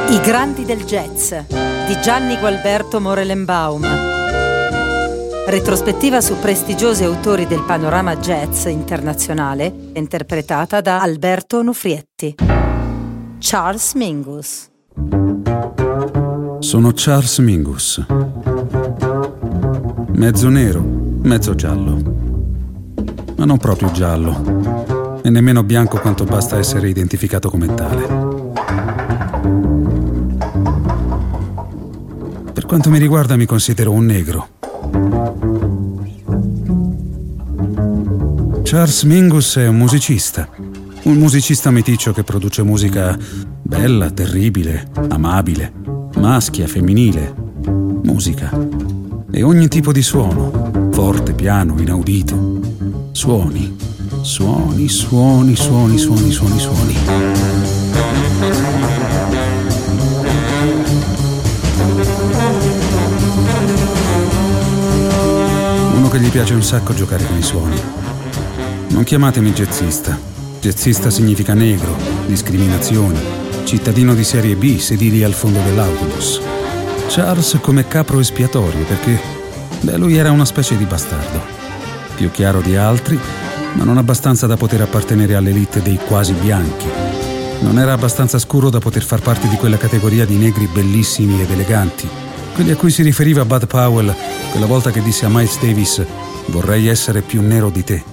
I grandi del jazz di Gianni Gualberto Morelenbaum. Retrospettiva su prestigiosi autori del panorama jazz internazionale, interpretata da Alberto Onufrietti. Charles Mingus. Sono Charles Mingus. Mezzo nero, mezzo giallo. Ma non proprio giallo, e nemmeno bianco quanto basta essere identificato come tale. Per quanto mi riguarda mi considero un negro. Charles Mingus è un musicista meticcio che produce musica bella, terribile, amabile, maschia, femminile, musica e ogni tipo di suono, forte, piano, inaudito, suoni. Uno che gli piace un sacco giocare con i suoni. Non chiamatemi jazzista. Jazzista significa negro, discriminazioni, cittadino di serie B, sedili al fondo dell'autobus. Charles come capro espiatorio perché, lui era una specie di bastardo. Più chiaro di altri, ma non abbastanza da poter appartenere all'elite dei quasi bianchi. Non era abbastanza scuro da poter far parte di quella categoria di negri bellissimi ed eleganti, quelli a cui si riferiva Bud Powell quella volta che disse a Miles Davis: vorrei essere più nero di te.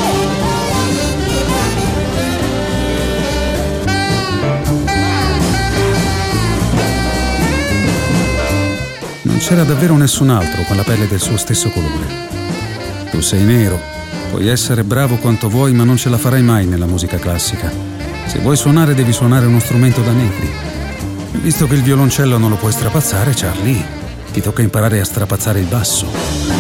Non c'era davvero nessun altro con la pelle del suo stesso colore. Tu sei nero, puoi essere bravo quanto vuoi, ma non ce la farai mai nella musica classica. Se vuoi suonare, devi suonare uno strumento da negri. Visto che il violoncello non lo puoi strapazzare, Charlie, ti tocca imparare a strapazzare il basso.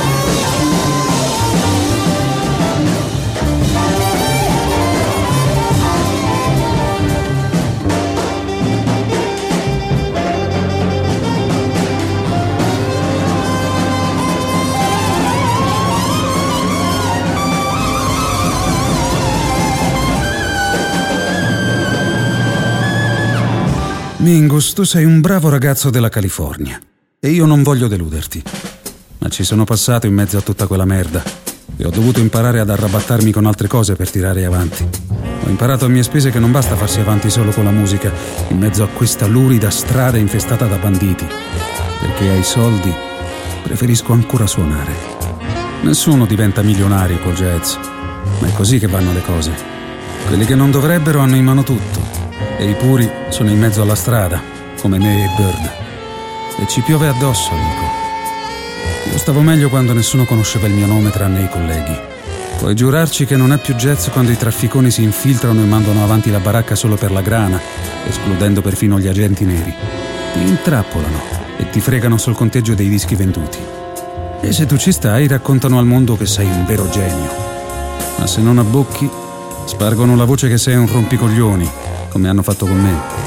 Mingus, tu sei un bravo ragazzo della California e io non voglio deluderti. Ma ci sono passato in mezzo a tutta quella merda e ho dovuto imparare ad arrabattarmi con altre cose per tirare avanti. Ho imparato a mie spese che non basta farsi avanti solo con la musica in mezzo a questa lurida strada infestata da banditi, perché ai soldi preferisco ancora suonare. Nessuno diventa milionario col jazz, ma è così che vanno le cose. Quelli che non dovrebbero hanno in mano tutto e i puri sono in mezzo alla strada, come me e Bird. E ci piove addosso, amico. Io stavo meglio quando nessuno conosceva il mio nome tranne i colleghi. Puoi giurarci che non è più jazz quando i trafficoni si infiltrano e mandano avanti la baracca solo per la grana, escludendo perfino gli agenti neri. Ti intrappolano e ti fregano sul conteggio dei dischi venduti. E se tu ci stai, raccontano al mondo che sei un vero genio. Ma se non abbocchi, spargono la voce che sei un rompicoglioni, come hanno fatto con me.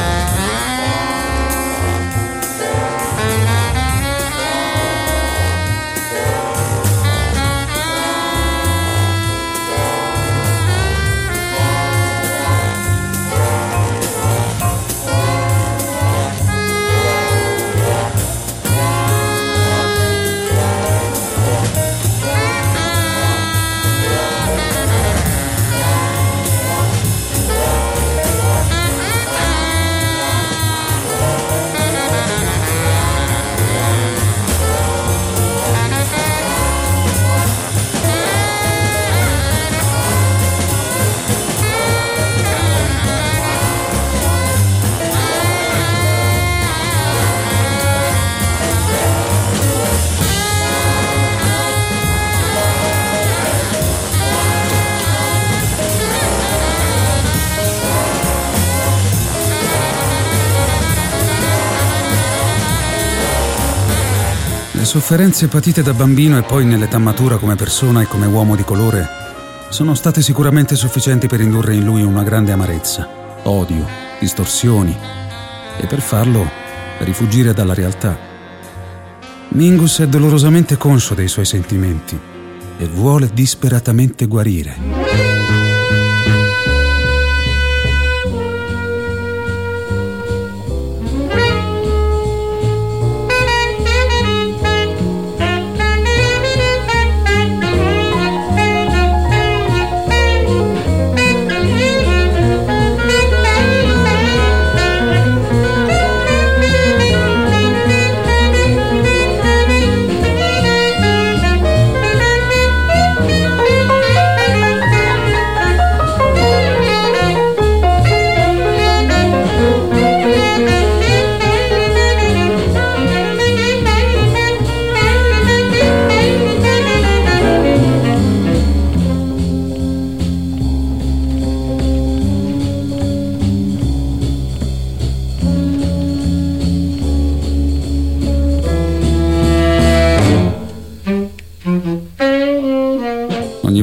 Le sofferenze patite da bambino e poi nell'età matura come persona e come uomo di colore sono state sicuramente sufficienti per indurre in lui una grande amarezza, odio, distorsioni e per farlo rifuggire dalla realtà. Mingus è dolorosamente conscio dei suoi sentimenti e vuole disperatamente guarire.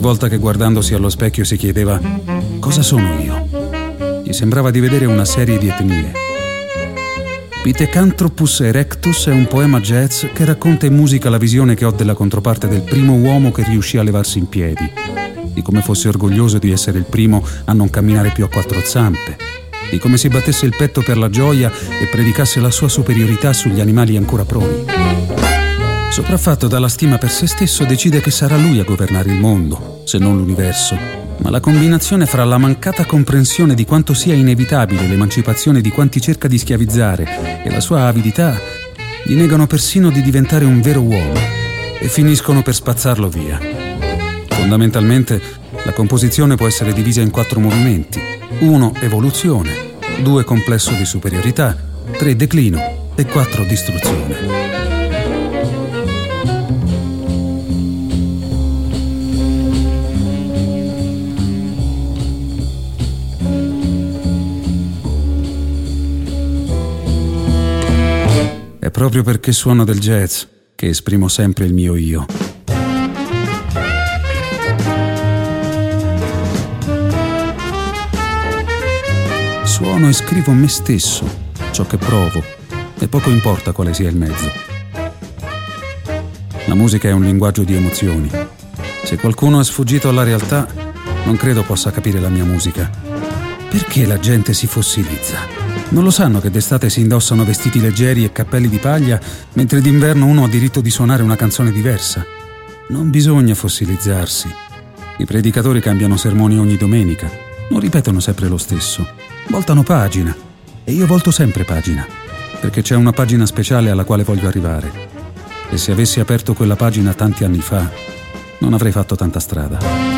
volta che guardandosi allo specchio si chiedeva «Cosa sono io?», gli sembrava di vedere una serie di etnie. Pithecanthropus erectus è un poema jazz che racconta in musica la visione che ho della controparte del primo uomo che riuscì a levarsi in piedi, di come fosse orgoglioso di essere il primo a non camminare più a quattro zampe, di come si battesse il petto per la gioia e predicasse la sua superiorità sugli animali ancora proni. Sopraffatto dalla stima per se stesso, decide che sarà lui a governare il mondo, se non l'universo, ma la combinazione fra la mancata comprensione di quanto sia inevitabile l'emancipazione di quanti cerca di schiavizzare e la sua avidità gli negano persino di diventare un vero uomo e finiscono per spazzarlo via. Fondamentalmente, la composizione può essere divisa in 4 movimenti: 1 evoluzione, 2 complesso di superiorità, 3 declino e 4 distruzione. È proprio perché suono del jazz che esprimo sempre il mio io. Suono e scrivo me stesso, ciò che provo, e poco importa quale sia il mezzo. La musica è un linguaggio di emozioni. Se qualcuno è sfuggito alla realtà, non credo possa capire la mia musica. Perché la gente si fossilizza? Non lo sanno che d'estate si indossano vestiti leggeri e cappelli di paglia, mentre d'inverno uno ha diritto di suonare una canzone diversa? Non bisogna fossilizzarsi. I predicatori cambiano sermoni ogni domenica, non ripetono sempre lo stesso. Voltano pagina, e io volto sempre pagina, perché c'è una pagina speciale alla quale voglio arrivare. E se avessi aperto quella pagina tanti anni fa, non avrei fatto tanta strada.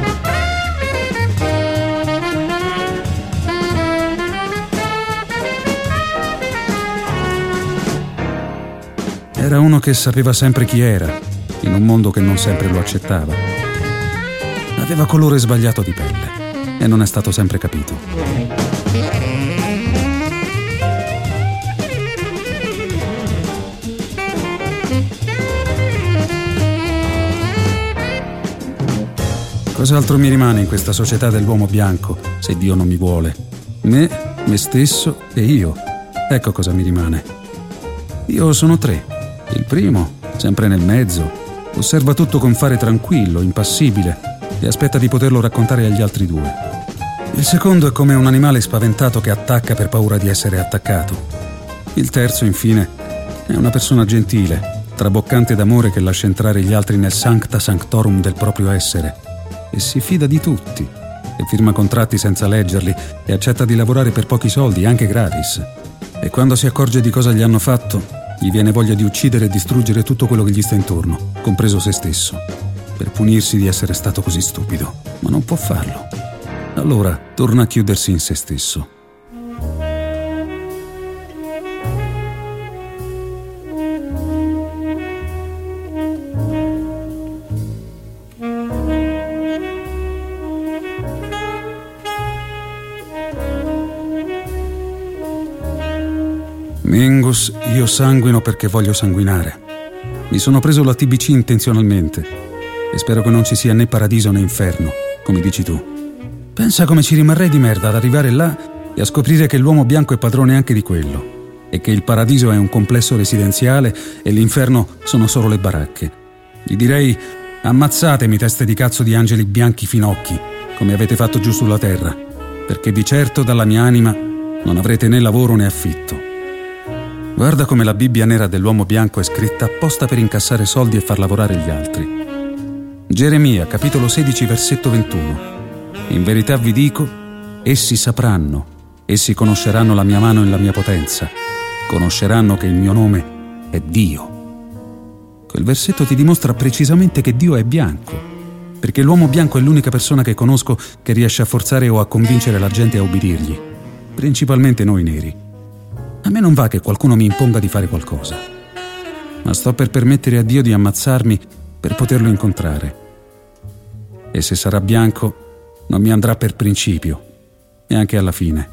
Era uno che sapeva sempre chi era, in un mondo che non sempre lo accettava. Aveva colore sbagliato di pelle e non è stato sempre capito. Cos'altro mi rimane in questa società dell'uomo bianco, se Dio non mi vuole? Me stesso e io. Ecco cosa mi rimane. Io sono 3. Il primo, sempre nel mezzo, osserva tutto con fare tranquillo, impassibile, e aspetta di poterlo raccontare agli altri 2. Il secondo è come un animale spaventato che attacca per paura di essere attaccato. Il terzo, infine, è una persona gentile, traboccante d'amore che lascia entrare gli altri nel sancta sanctorum del proprio essere, e si fida di tutti, e firma contratti senza leggerli, e accetta di lavorare per pochi soldi, anche gratis. E quando si accorge di cosa gli hanno fatto, gli viene voglia di uccidere e distruggere tutto quello che gli sta intorno, compreso se stesso, per punirsi di essere stato così stupido, ma non può farlo. Allora torna a chiudersi in se stesso. Mingus, io sanguino perché voglio sanguinare. Mi sono preso la TBC intenzionalmente e spero che non ci sia né paradiso né inferno, come dici tu. Pensa come ci rimarrei di merda ad arrivare là e a scoprire che l'uomo bianco è padrone anche di quello e che il paradiso è un complesso residenziale e l'inferno sono solo le baracche. Gli direi: ammazzatemi, teste di cazzo di angeli bianchi finocchi, come avete fatto giù sulla terra, perché di certo dalla mia anima non avrete né lavoro né affitto. Guarda come la Bibbia nera dell'uomo bianco è scritta apposta per incassare soldi e far lavorare gli altri. Geremia, capitolo 16, versetto 21. In verità vi dico, essi sapranno, essi conosceranno la mia mano e la mia potenza, conosceranno che il mio nome è Dio. Quel versetto ti dimostra precisamente che Dio è bianco, perché l'uomo bianco è l'unica persona che conosco che riesce a forzare o a convincere la gente a ubbidirgli, principalmente noi neri. A me non va che qualcuno mi imponga di fare qualcosa, ma sto per permettere a Dio di ammazzarmi per poterlo incontrare. E se sarà bianco, non mi andrà per principio, e anche alla fine.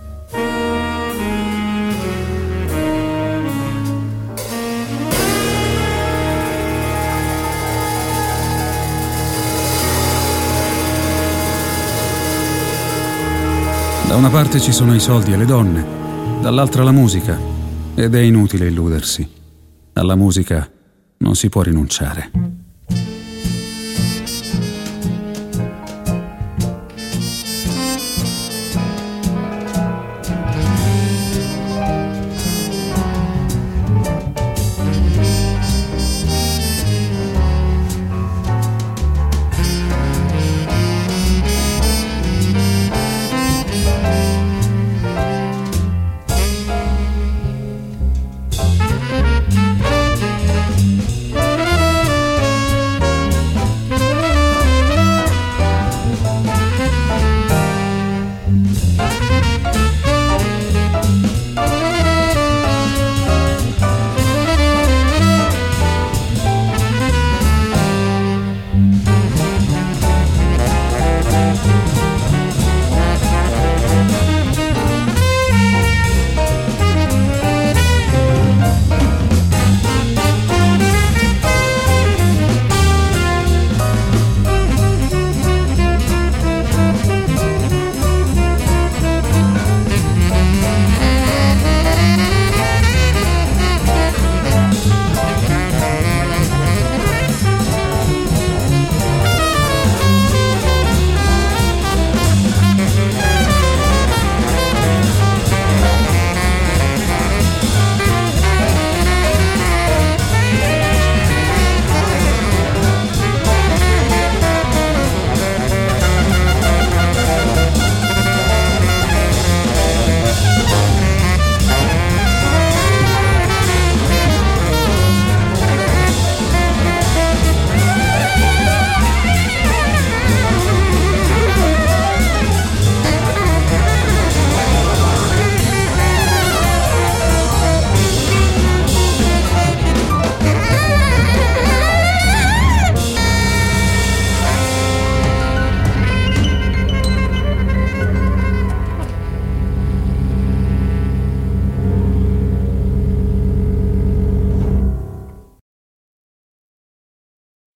una parte ci sono i soldi e le donne, dall'altra la musica, ed è inutile illudersi. Alla musica non si può rinunciare.